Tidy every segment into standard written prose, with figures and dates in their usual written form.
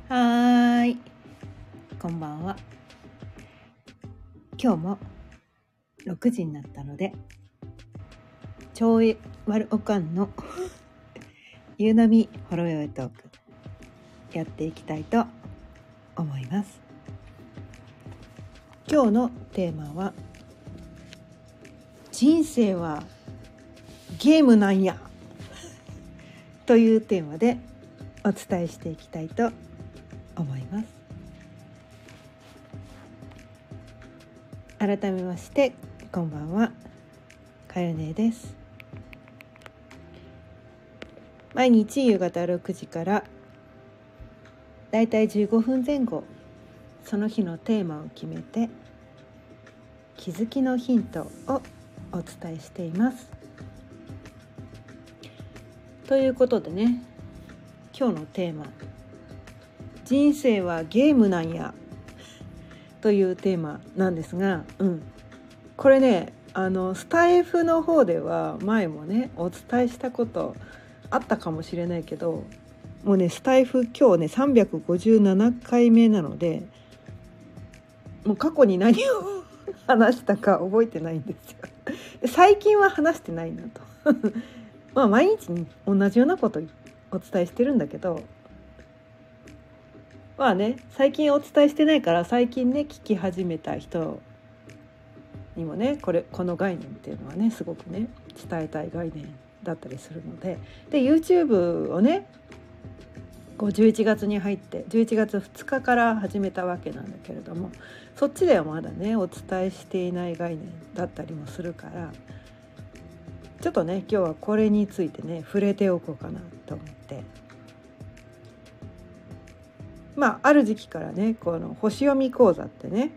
はーい、こんばんは。今日も6時になったので、ちょいわるおかんの夕飲みほろよいトークやっていきたいと思います。今日のテーマは、人生はゲームなんやというテーマでお伝えしていきたいと思います。改めましてこんばんは、かよねです。毎日夕方6時からだいたい15分前後、その日のテーマを決めて気づきのヒントをお伝えしています。ということでね、今日のテーマ、人生はゲームなんやというテーマなんですが、これね、スタイフの方では前もねお伝えしたことあったかもしれないけど、もうねスタイフ今日ね357回目なので、もう過去に何を話したか覚えてないんですよ。最近は話してないなとまあ毎日同じようなことお伝えしてるんだけど、まあね最近お伝えしてないから、最近ね聞き始めた人にもねこの概念っていうのはねすごくね伝えたい概念だったりするので、YouTube をね11月に入って11月2日から始めたわけなんだけれども、そっちではまだねお伝えしていない概念だったりもするから、ちょっとね今日はこれについてね触れておこうかなと思って、ある時期からねこの星読み講座ってね、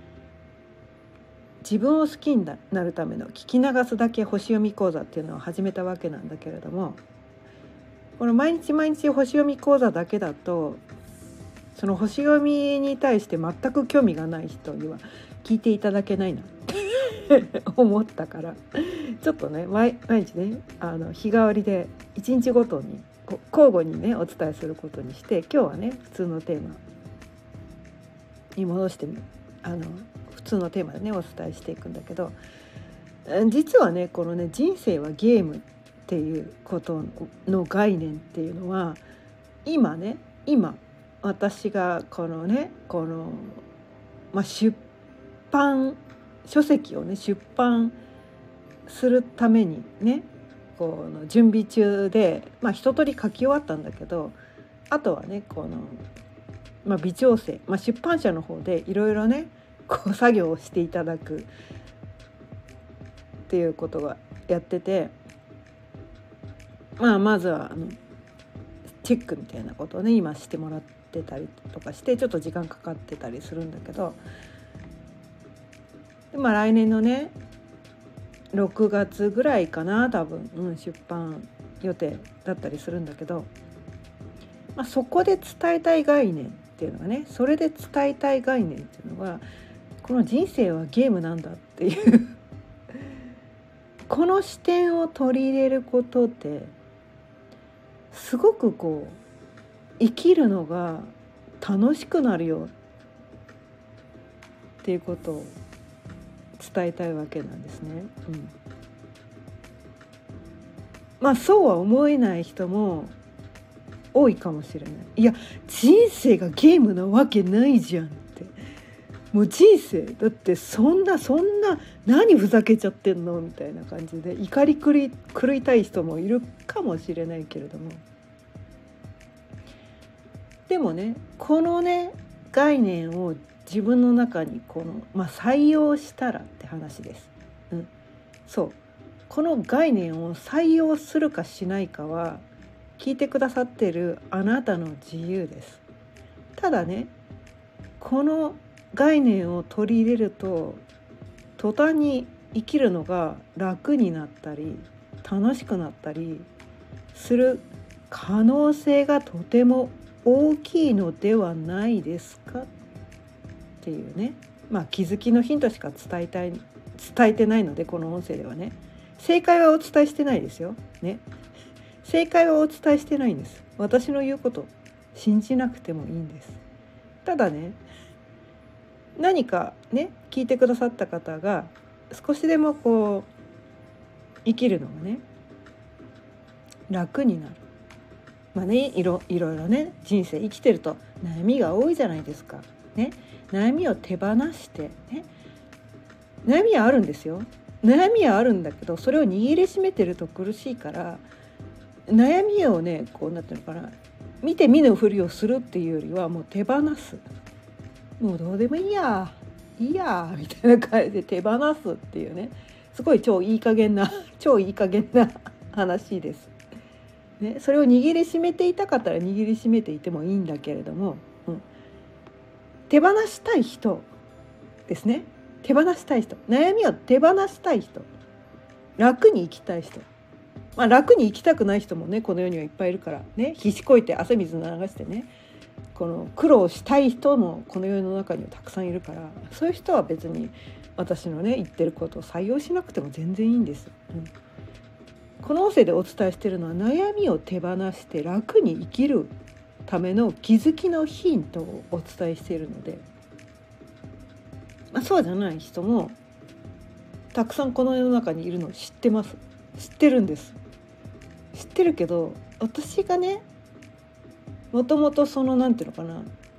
自分を好きになるための聞き流すだけ星読み講座っていうのを始めたわけなんだけれども、この毎日毎日星読み講座だけだと、その星読みに対して全く興味がない人には聞いていただけないなって思ったから、ちょっとね毎日ね日替わりで1日ごとに交互にねお伝えすることにして、今日はね普通のテーマに戻して普通のテーマでねお伝えしていくんだけど、実はねこのね人生はゲームっていうことの概念っていうのは、今私が出版書籍をね出版するためにねこの準備中で、一通り書き終わったんだけど、あとはね微調整、出版社の方でいろいろね作業をしていただくっていうことがやってて、まずはチェックみたいなことをね今してもらってたりとかして、ちょっと時間かかってたりするんだけど、来年のね6月ぐらいかな多分、出版予定だったりするんだけど、そこで伝えたい概念っていうのがね、それで伝えたい概念っていうのは、この人生はゲームなんだっていうこの視点を取り入れることですごく生きるのが楽しくなるよっていうことを伝えたいわけなんですね。そうは思えない人も多いかもしれない。いや人生がゲームなわけないじゃんって、もう人生だってそんな何ふざけちゃってんのみたいな感じで怒り狂いたい人もいるかもしれないけれども、でもねこのね概念を自分の中に採用したらって話です。そう、この概念を採用するかしないかは聞いてくださってるあなたの自由です。ただねこの概念を取り入れると途端に生きるのが楽になったり楽しくなったりする可能性がとても大きいのではないですかっていうね、気づきのヒントしか伝えてないので、この音声ではね正解はお伝えしてないですよね。正解はお伝えしてないんです。私の言うこと信じなくてもいいんです。ただね、何かね聞いてくださった方が少しでもこう生きるのがね楽になる。まあね、いろいろね人生生きてると悩みが多いじゃないですか。ね、悩みを手放してね、悩みはあるんですよ。悩みはあるんだけど、それを握りしめてると苦しいから、悩みをねこうなってるのかな、見て見ぬふりをするっていうよりはもう手放す。もうどうでもいいやいいやみたいな感じで手放すっていうね、すごい超いい加減な話です。ね、それを握りしめていたかったら握りしめていてもいいんだけれども、手放したい人ですね。手放したい人、悩みを手放したい人、楽に生きたい人、楽に生きたくない人もねこの世にはいっぱいいるからね、必死こいて汗水流してねこの苦労したい人もこの世の中にはたくさんいるから、そういう人は別に私のね言ってることを採用しなくても全然いいんです。この音声でお伝えしているのは悩みを手放して楽に生きるための気づきのヒントをお伝えしているので、そうじゃない人もたくさんこの世の中にいるのを知ってます。知ってるんです。知ってるけど、私がねもともとそのなんていうのかな、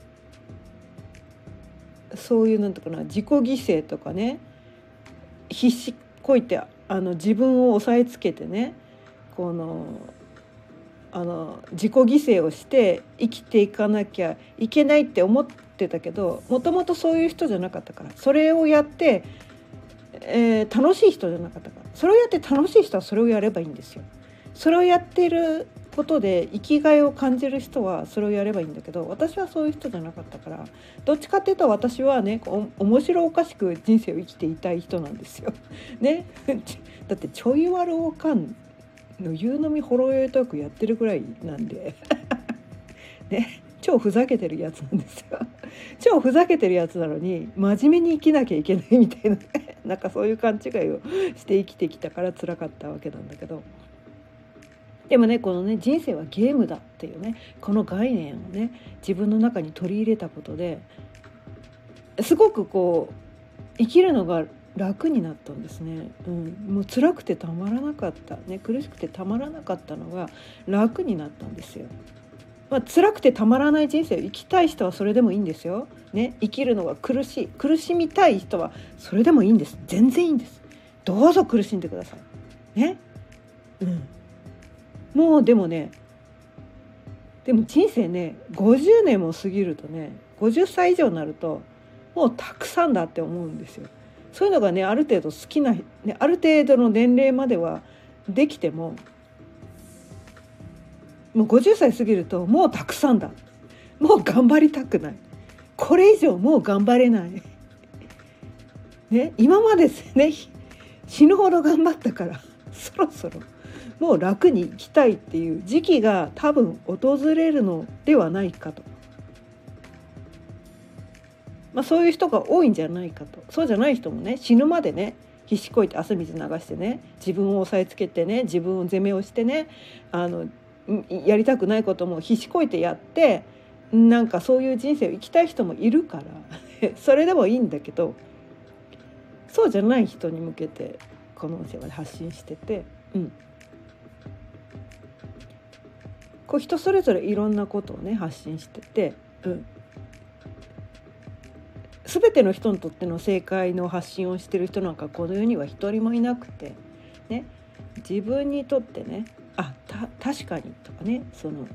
そういうなんていうかな、自己犠牲とかね必死こいて自分を抑えつけてねこの自己犠牲をして生きていかなきゃいけないって思ってたけど、もともとそういう人じゃなかったから、それをやって、楽しい人じゃなかったから、それをやって楽しい人はそれをやればいいんですよ。それをやってることで生きがいを感じる人はそれをやればいいんだけど、私はそういう人じゃなかったから、どっちかっていうと私はね面白おかしく人生を生きていたい人なんですよ。ね、だってちょい悪おかんの夕飲みほろ酔いトークやってるぐらいなんでね、超ふざけてるやつなんですよ。超ふざけてるやつなのに真面目に生きなきゃいけないみたいななんかそういう勘違いをして生きてきたから辛かったわけなんだけど、でもねこのね人生はゲームだっていうねこの概念をね自分の中に取り入れたことですごくこう生きるのが楽になったんですね。もう辛くてたまらなかったね、苦しくてたまらなかったのが楽になったんですよ。辛くてたまらない人生を生きたい人はそれでもいいんですよ。ね、生きるのが苦しみたい人はそれでもいいんです。全然いいんです。どうぞ苦しんでください。ね。もうでも人生ね50年も過ぎるとね50歳以上になるともうたくさんだって思うんですよ。そういうのがねある程度好きな、ね、ある程度の年齢まではできても、もう50歳過ぎるともうたくさんだ、もう頑張りたくない、これ以上もう頑張れないね、今までね死ぬほど頑張ったからそろそろもう楽に生きたいっていう時期が多分訪れるのではないかと、そういう人が多いんじゃないかと。そうじゃない人もね死ぬまでね必死こいて汗水流してね自分を抑えつけてね自分を責めをしてねやりたくないことも必死こいてやってなんかそういう人生を生きたい人もいるからそれでもいいんだけど、そうじゃない人に向けてこの音声は発信してて、こう人それぞれいろんなことをね発信してて、全ての人にとっての正解の発信をしてる人なんかこの世には一人もいなくてね、自分にとってね確かにとかねその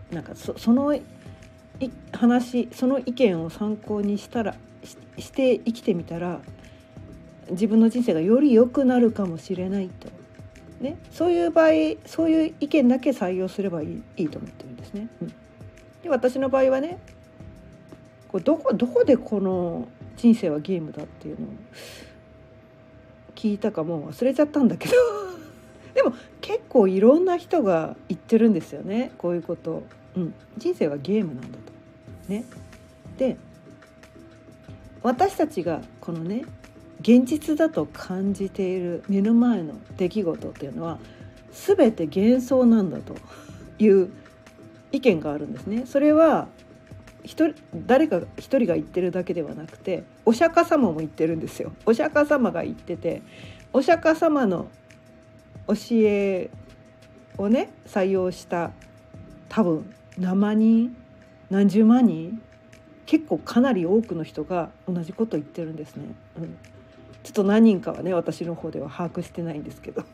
話その意見を参考にして生きてみたら自分の人生がより良くなるかもしれないと、ね、そういう場合そういう意見だけ採用すればいいと思ってるんですね。で私の場合はねどこでこの人生はゲームだっていうのを聞いたかもう忘れちゃったんだけどでも結構いろんな人が言ってるんですよねこういうことを、人生はゲームなんだとね。で私たちがこのね現実だと感じている目の前の出来事っていうのは全て幻想なんだという意見があるんですね。それは誰か一人が言ってるだけではなくて、お釈迦様も言ってるんですよ。お釈迦様が言ってて、お釈迦様の教えをね採用した多分何万人何十万人、結構かなり多くの人が同じこと言ってるんですね、ちょっと何人かはね私の方では把握してないんですけど、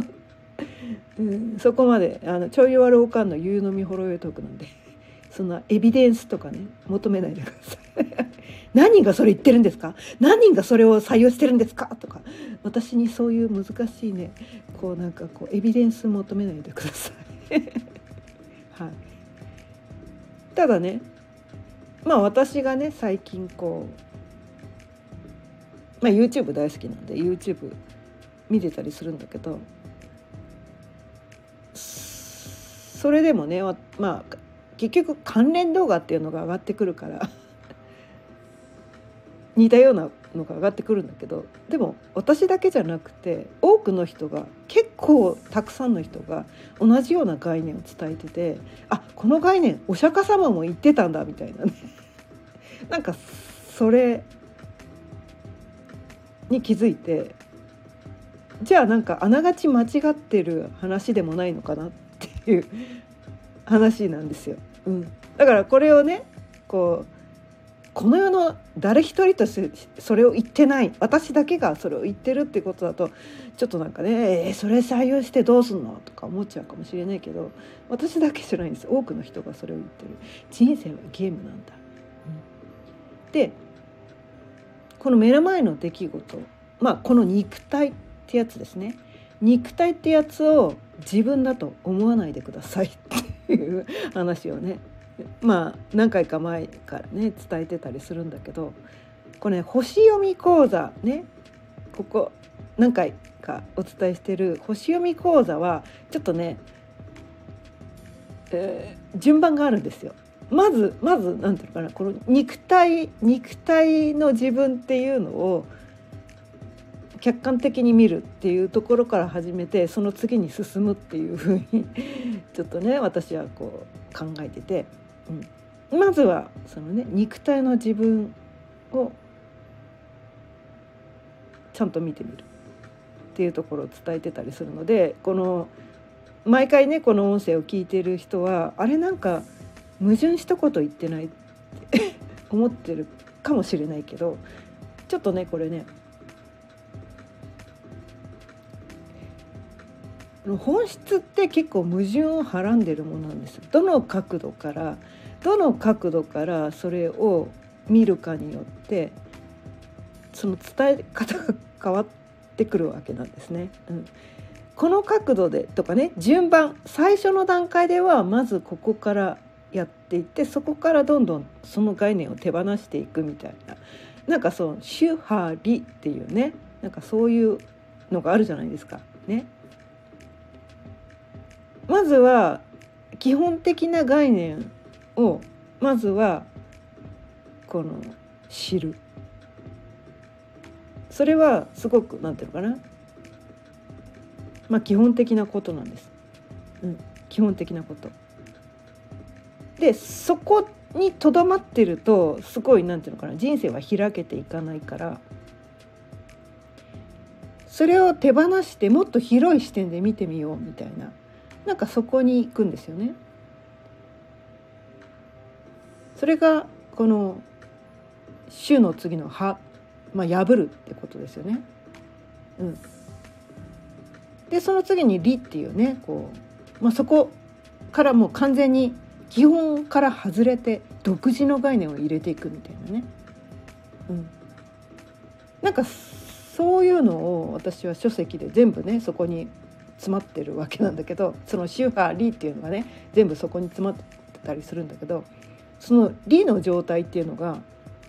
そこまでちょいわるおかんの言うのみほろよいトークなんで、そんなエビデンスとかね求めないでください何人がそれ言ってるんですか、何人がそれを採用してるんですかとか、私にそういう難しいねなんかエビデンス求めないでくださいはい、ただね私がね最近YouTube 大好きなんで YouTube 見てたりするんだけど、それでもね結局関連動画っていうのが上がってくるから似たようなのが上がってくるんだけど、でも私だけじゃなくて多くの人が、結構たくさんの人が同じような概念を伝えてて、この概念お釈迦様も言ってたんだみたいなねなんかそれに気づいて、じゃあなんかあながち間違ってる話でもないのかなっていう話なんですよ、だからこれをねこの世の誰一人としてそれを言ってない、私だけがそれを言ってるってことだとちょっとなんかね、それ採用してどうすんのとか思っちゃうかもしれないけど、私だけじゃないんです。多くの人がそれを言ってる。人生はゲームなんだ、でこの目の前の出来事、この肉体ってやつですね、肉体ってやつを自分だと思わないでくださいっていう話をね何回か前からね伝えてたりするんだけど、これ、星読み講座ね、ここ何回かお伝えしてる星読み講座はちょっとね、順番があるんですよ。まずなんていうのかな、この肉体の自分っていうのを客観的に見るっていうところから始めて、その次に進むっていうふうにちょっとね私は考えてて、まずはそのね肉体の自分をちゃんと見てみるっていうところを伝えてたりするので、毎回ねこの音声を聞いている人はなんか矛盾したこと言ってないって思ってるかもしれないけど、ちょっとねこれね本質って結構矛盾をはらんでるものなんです。どの角度からそれを見るかによってその伝え方が変わってくるわけなんですね、この角度でとかね、順番、最初の段階ではまずここからやっていって、そこからどんどんその概念を手放していくみたいな、なんか手張りっていうね、なんかそういうのがあるじゃないですかね。まずは基本的な概念をまずは知る。それはすごくなんていうのかな、基本的なことなんです、基本的なことで、そこにとどまってるとすごいなんていうのかな、人生は開けていかないから、それを手放してもっと広い視点で見てみようみたいな、なんかそこに行くんですよね。それがこの主の次の破、破るってことですよね。でその次に理っていうね、そこからもう完全に基本から外れて独自の概念を入れていくみたいなね、なんかそういうのを私は書籍で全部ねそこに詰まってるわけなんだけど、その宗派理っていうのがね全部そこに詰まってたりするんだけど、その理の状態っていうのが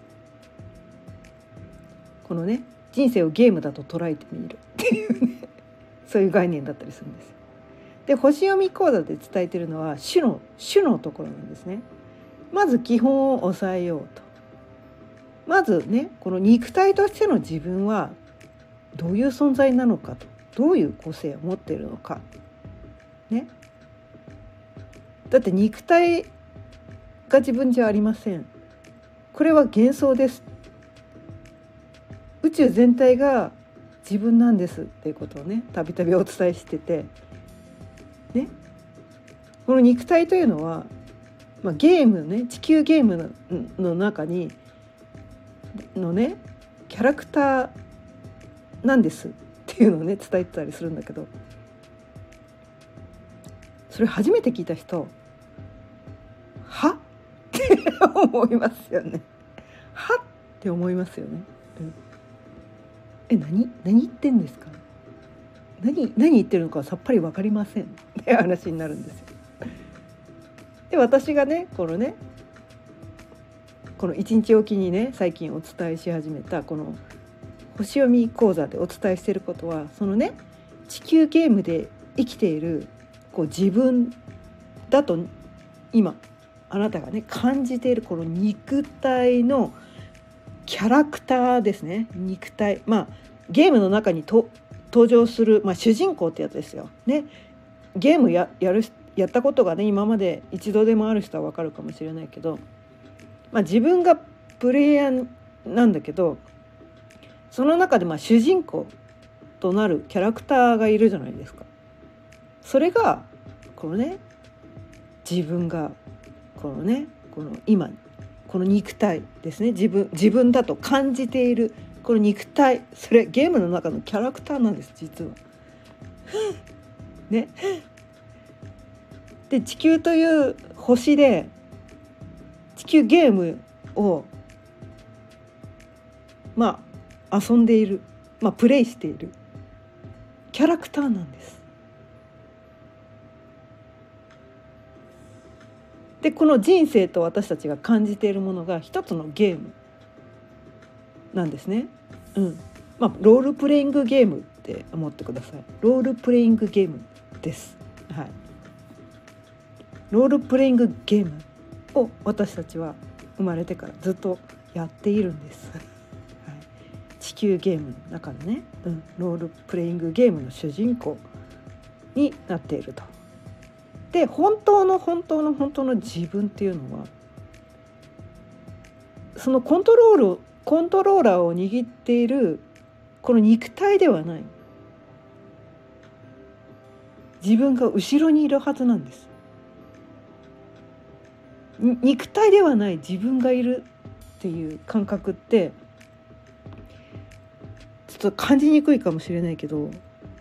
このね人生をゲームだと捉えてみるっていうねそういう概念だったりするんです。で星読み講座で伝えてるのは主のところなんですね。まず基本を抑えようと。まずねこの肉体としての自分はどういう存在なのかと、どういう個性を持っているのかね。だって肉体が自分じゃありません。これは幻想です。宇宙全体が自分なんですっていうことをね、たびたびお伝えしてて、ね、この肉体というのは、ゲームね、地球ゲームの中にのねキャラクターなんですっていうのをね伝えてたりするんだけど、それ初めて聞いた人はって思いますよね。はって思いますよね。何言ってんですか。何言ってるのかさっぱり分かりませんって話になるんですよ。で私がねこの一日おきにね最近お伝えし始めたこの星読み講座でお伝えしていることは、そのね地球ゲームで生きている自分だと今あなたがね感じているこの肉体のキャラクターですね。肉体、ゲームの中に登場する、主人公ってやつですよね。ゲームやったことがね今まで一度でもある人は分かるかもしれないけど、自分がプレイヤーなんだけど、その中で主人公となるキャラクターがいるじゃないですか。それがこのね自分がこの今この肉体ですね。自分だと感じているこの肉体、それゲームの中のキャラクターなんです実は。ね。で地球という星で地球ゲームを遊んでいる、プレイしているキャラクターなんです。でこの人生と私たちが感じているものが一つのゲームなんですね。ロールプレイングゲームって思ってください。ロールプレイングゲームです。はい。ロールプレイングゲームを私たちは生まれてからずっとやっているんです。はい、地球ゲームの中のね、ロールプレイングゲームの主人公になっていると。で本当の自分っていうのはそのコントローラーを握っているこの肉体ではない自分が後ろにいるはずなんです。肉体ではない自分がいるっていう感覚ってちょっと感じにくいかもしれないけど、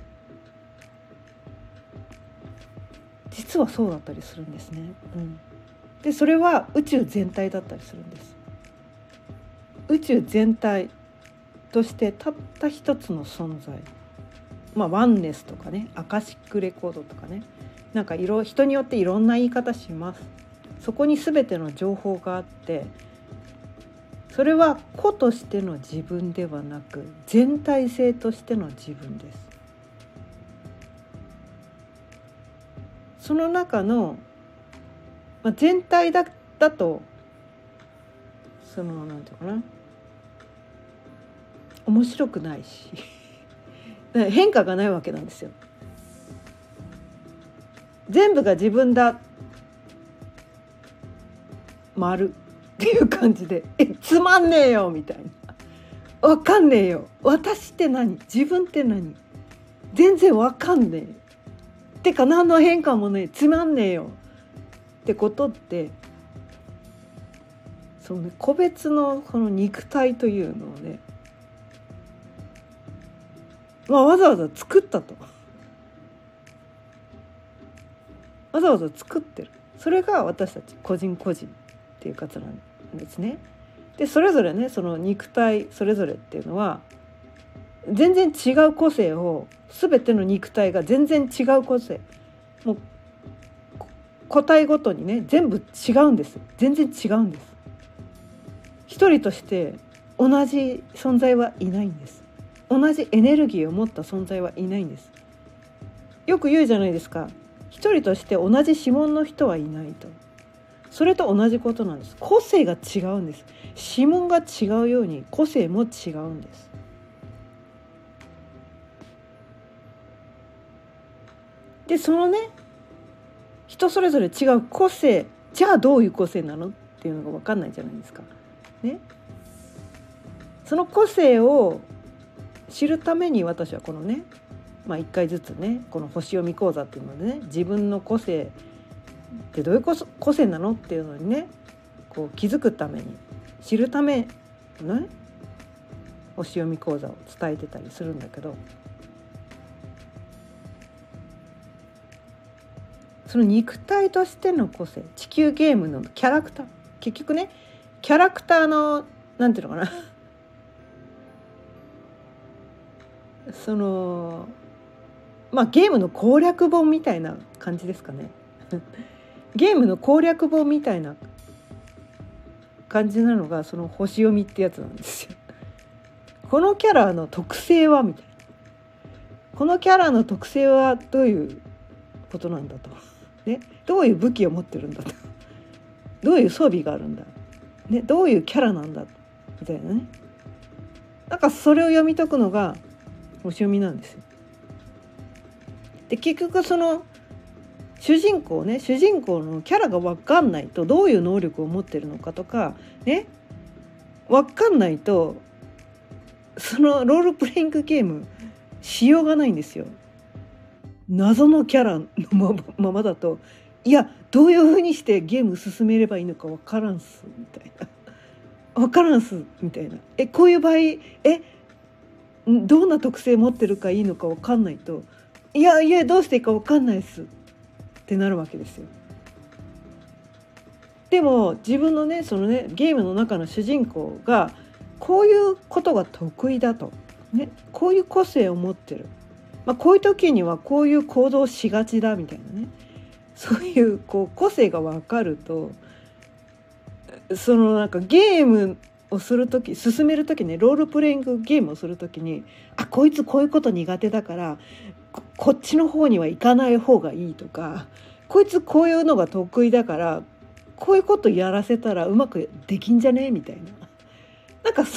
実はそうだったりするんですね。でそれは宇宙全体だったりするんです。宇宙全体としてたった一つの存在、ワンネスとかね、アカシックレコードとかね、人によっていろんな言い方します。そこに全ての情報があって、それは個としての自分ではなく全体性としての自分です。その中の、全体だとなんていうかな、面白くないし変化がないわけなんですよ。全部が自分だ丸っていう感じでつまんねえよみたいな、わかんねえよ私って何、自分って何、全然わかんねえてか何の変化もねえ、つまんねえよってことって、個別のこの肉体というのをね、わざわざ作ったと、わざわざ作ってる、それが私たち個人っていう方なんですね。でそれぞれねその肉体それぞれっていうのは全然違う個性を、全ての肉体が全然違う個性、もう個体ごとにね全部違うんです。全然違うんです。一人として同じ存在はいないんです。同じエネルギーを持った存在はいないんです。よく言うじゃないですか、一人として同じ指紋の人はいないと。それと同じことなんです。個性が違うんです。指紋が違うように個性も違うんです。でそのね人それぞれ違う個性、 じゃあどういう個性なのっていうのが分かんないじゃないですか。ね、その個性を知るために私はこのね、1回ずつねこの星読み講座っていうのでね、自分の個性ってどういう個性なのっていうのにねこう気づくために、知るためのね星読み講座を伝えてたりするんだけど、その肉体としての個性、地球ゲームのキャラクター、結局ねキャラクターのなんていうのかなそのゲームの攻略本みたいな感じですかねゲームの攻略本みたいな感じなのがその星読みってやつなんですよ。このキャラの特性はみたいな、このキャラの特性はどういうことなんだと、ね、どういう武器を持ってるんだと、どういう装備があるんだ、ね、どういうキャラなんだみたいなね、なんかそれを読み解くのが星読みなんですよ。で結局その主人公のキャラが分かんないと、どういう能力を持ってるのかとかね分かんないと、そのロールプレイングゲームしようがないんですよ。謎のキャラのままだと、いやどういう風にしてゲーム進めればいいのか分からんすみたいな、分からんすみたいな、こういう場合どんな特性持ってるかいいのか分かんないと、いやどうしていいか分かんないっすってなるわけですよ。でも自分のねそのねゲームの中の主人公がこういうことが得意だと、ね、こういう個性を持ってる、こういう時にはこういう行動をしがちだみたいなね、そういう個性が分かると、そのなんかゲームをする時、進める時ね、ロールプレイングゲームをする時に、こいつこういうこと苦手だからこっちの方には行かない方がいいとか、こいつこういうのが得意だからこういうことやらせたらうまくできんじゃねみたいな、なんか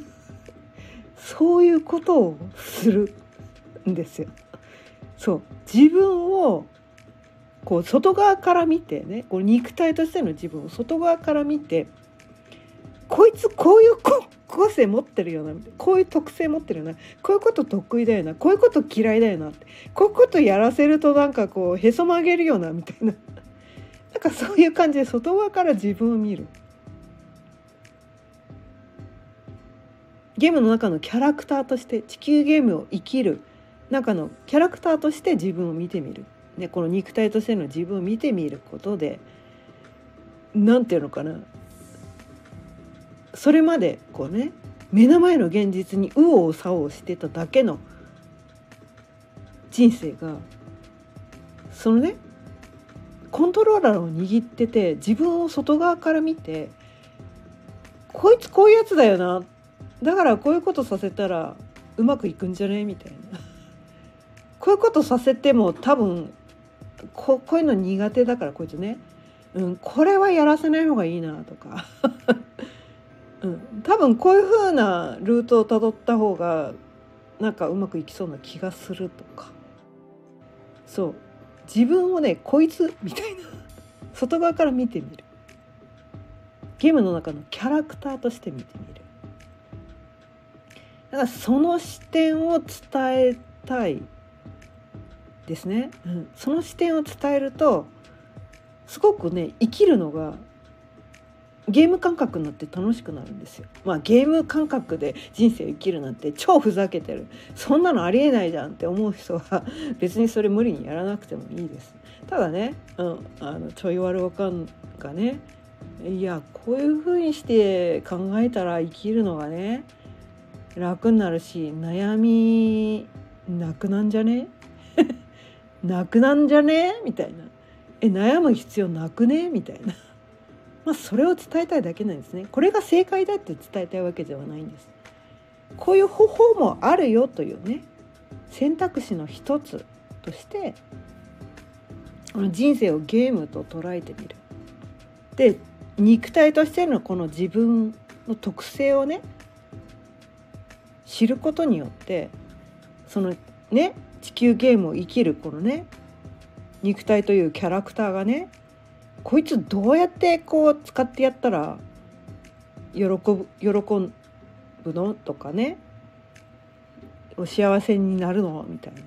そういうことをするんですよ。そう、自分を外側から見てね、肉体としての自分を外側から見て、こいつこういう個性持ってるよな、こういう特性持ってるよな、こういうこと得意だよな、こういうこと嫌いだよなって、こういうことやらせるとなんかへそ曲げるよなみたいな、なんかそういう感じで外側から自分を見る。ゲームの中のキャラクターとして、地球ゲームを生きる中のキャラクターとして自分を見てみる、ね、この肉体としての自分を見てみることで、なんていうのかな、それまで目の前の現実に右往左往してただけの人生が、そのねコントローラーを握ってて、自分を外側から見て、こいつこういうやつだよな、だからこういうことさせたらうまくいくんじゃねみたいな、こういうことさせても多分こういうの苦手だからこいつね、これはやらせない方がいいなとか多分こういう風なルートをたどった方がなんかうまくいきそうな気がするとか、そう自分をねこいつみたいな外側から見てみる、ゲームの中のキャラクターとして見てみる。だからその視点を伝えたいですね、その視点を伝えるとすごくね生きるのがゲーム感覚になって楽しくなるんですよ。ゲーム感覚で人生を生きるなんて超ふざけてる、そんなのありえないじゃんって思う人は別にそれ無理にやらなくてもいいです。ただね、ちょい悪おかんがね、いやこういう風にして考えたら生きるのがね楽になるし、悩みなくなんじゃねなくなんじゃねみたいな、悩む必要なくねみたいな、それを伝えたいだけなんですね。これが正解だって伝えたいわけではないんです。こういう方法もあるよというね選択肢の一つとして人生をゲームと捉えてみる。で肉体としてのこの自分の特性をね知ることによって、そのね地球ゲームを生きるこのね肉体というキャラクターがねこいつどうやってこう使ってやったら喜ぶのとかね、お幸せになるのみたいな。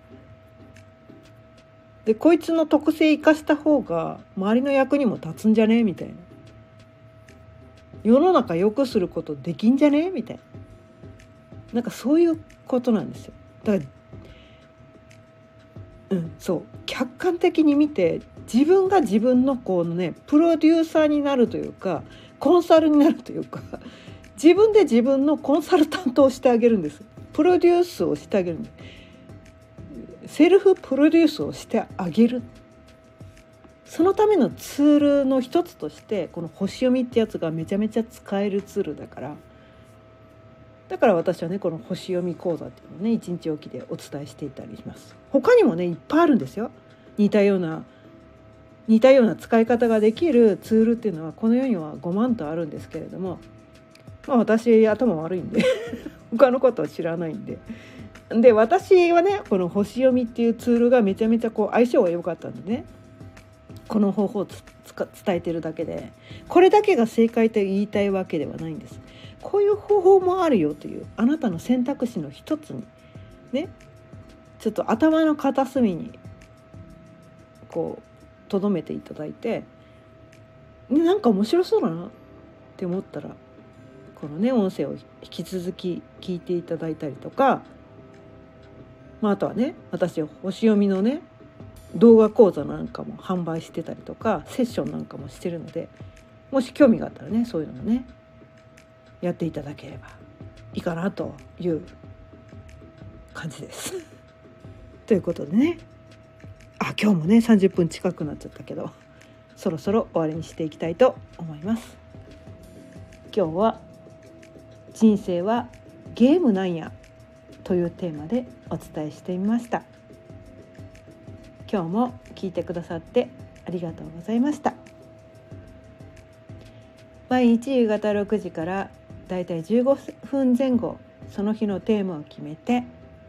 でこいつの特性生かした方が周りの役にも立つんじゃねみたいな。世の中良くすることできんじゃねみたいな。なんかそういうことなんですよ。だからそう客観的に見て自分が自分のこうねプロデューサーになるというかコンサルになるというか自分で自分のコンサルタントをしてあげるんです。プロデュースをしてあげるんです。セルフプロデュースをしてあげる。そのためのツールの一つとしてこの星読みってやつがめちゃめちゃ使えるツールだから、私はねこの星読み講座っていうのをね1日おきでお伝えしていたりします。他にもねいっぱいあるんですよ。似たような使い方ができるツールっていうのはこの世には5万とあるんですけれども、私頭悪いんで他のことは知らないんで私はねこの星読みっていうツールがめちゃめちゃこう相性が良かったんでね、この方法を伝えてるだけでこれだけが正解と言いたいわけではないんです。こういう方法もあるよというあなたの選択肢の一つにね、ちょっと頭の片隅にこう留めていただいて、なんか面白そうだなって思ったらこのね音声を引き続き聞いていただいたりとか、あとはね私星読みのね動画講座なんかも販売してたりとかセッションなんかもしてるので、もし興味があったらねそういうのもねやっていただければいいかなという感じですということでね、今日もね30分近くなっちゃったけどそろそろ終わりにしていきたいと思います。今日は人生はゲームなんやというテーマでお伝えしてみました。今日も聞いてくださってありがとうございました。毎日夕方6時からだいたい15分前後その日のテーマを決めて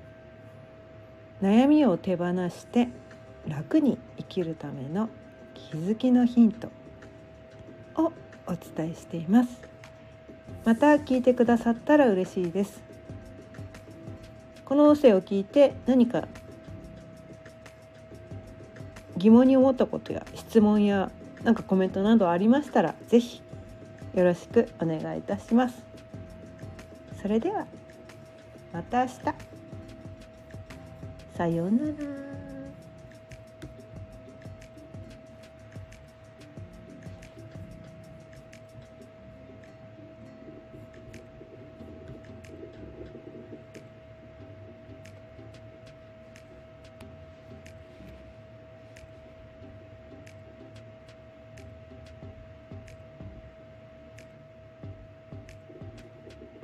悩みを手放して楽に生きるための気づきのヒントをお伝えしています。また聞いてくださったら嬉しいです。この音声を聞いて何か疑問に思ったことや質問やなんかコメントなどありましたらぜひよろしくお願いいたします。それではまた明日。さようなら。